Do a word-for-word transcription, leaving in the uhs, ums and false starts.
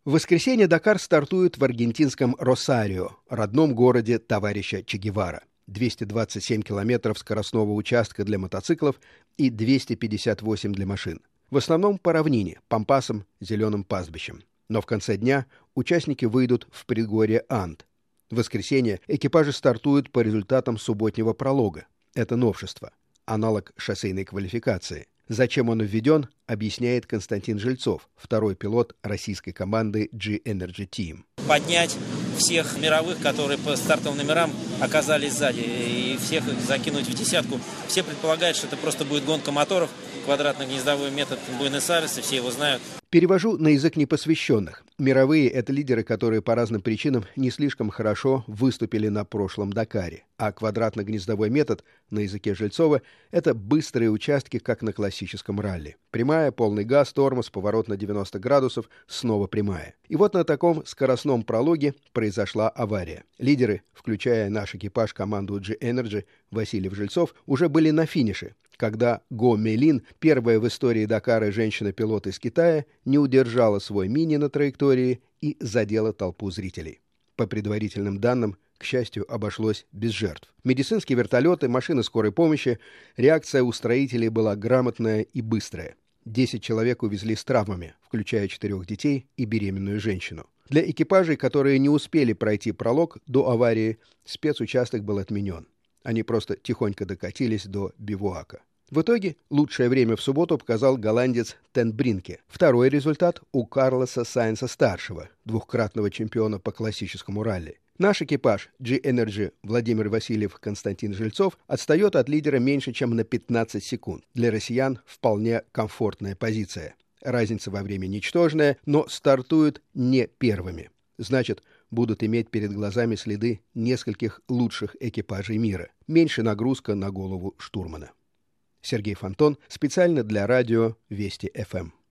В воскресенье Дакар стартует в аргентинском Росарио, родном городе товарища Че Гевара. двести двадцать семь километров скоростного участка для мотоциклов и двести пятьдесят восемь для машин. В основном по равнине, пампасам, зеленым пастбищам. Но в конце дня участники выйдут в предгорье Анд. В воскресенье экипажи стартуют по результатам субботнего пролога. Это новшество, аналог шоссейной квалификации. Зачем он введен, объясняет Константин Жильцов, второй пилот российской команды G-Energy Team. Поднять всех мировых, которые по стартовым номерам оказались сзади, и всех их закинуть в десятку. Все предполагают, что это просто будет гонка моторов, квадратно-гнездовой метод Буэнос-Айреса, все его знают. Перевожу на язык непосвященных. Мировые — это лидеры, которые по разным причинам не слишком хорошо выступили на прошлом Дакаре. А квадратно-гнездовой метод на языке Жильцова — это быстрые участки, как на классическом ралли. Прямая, полный газ, тормоз, поворот на девяносто градусов, снова прямая. И вот на таком скоростном прологе произошла авария. Лидеры, включая наш экипаж, команду G-Energy, Васильев Жильцов, уже были на финише, когда Го Мейлин, первая в истории Дакара женщина-пилот из Китая, не удержала свой мини на траектории и задела толпу зрителей. По предварительным данным, к счастью, обошлось без жертв. Медицинские вертолеты, машины скорой помощи, реакция у строителей была грамотная и быстрая. Десять человек увезли с травмами, включая четырех детей и беременную женщину. Для экипажей, которые не успели пройти пролог до аварии, спецучасток был отменен. Они просто тихонько докатились до бивуака. В итоге лучшее время в субботу показал голландец Тен Бринке. Второй результат у Карлоса Сайнса-старшего, двухкратного чемпиона по классическому ралли. Наш экипаж G-Energy Владимир Васильев, Константин Жильцов отстает от лидера меньше, чем на пятнадцать секунд. Для россиян вполне комфортная позиция. Разница во времени ничтожная, но стартуют не первыми. Значит, будут иметь перед глазами следы нескольких лучших экипажей мира. Меньше нагрузка на голову штурмана. Сергей Фонтон специально для радио Вести эф эм.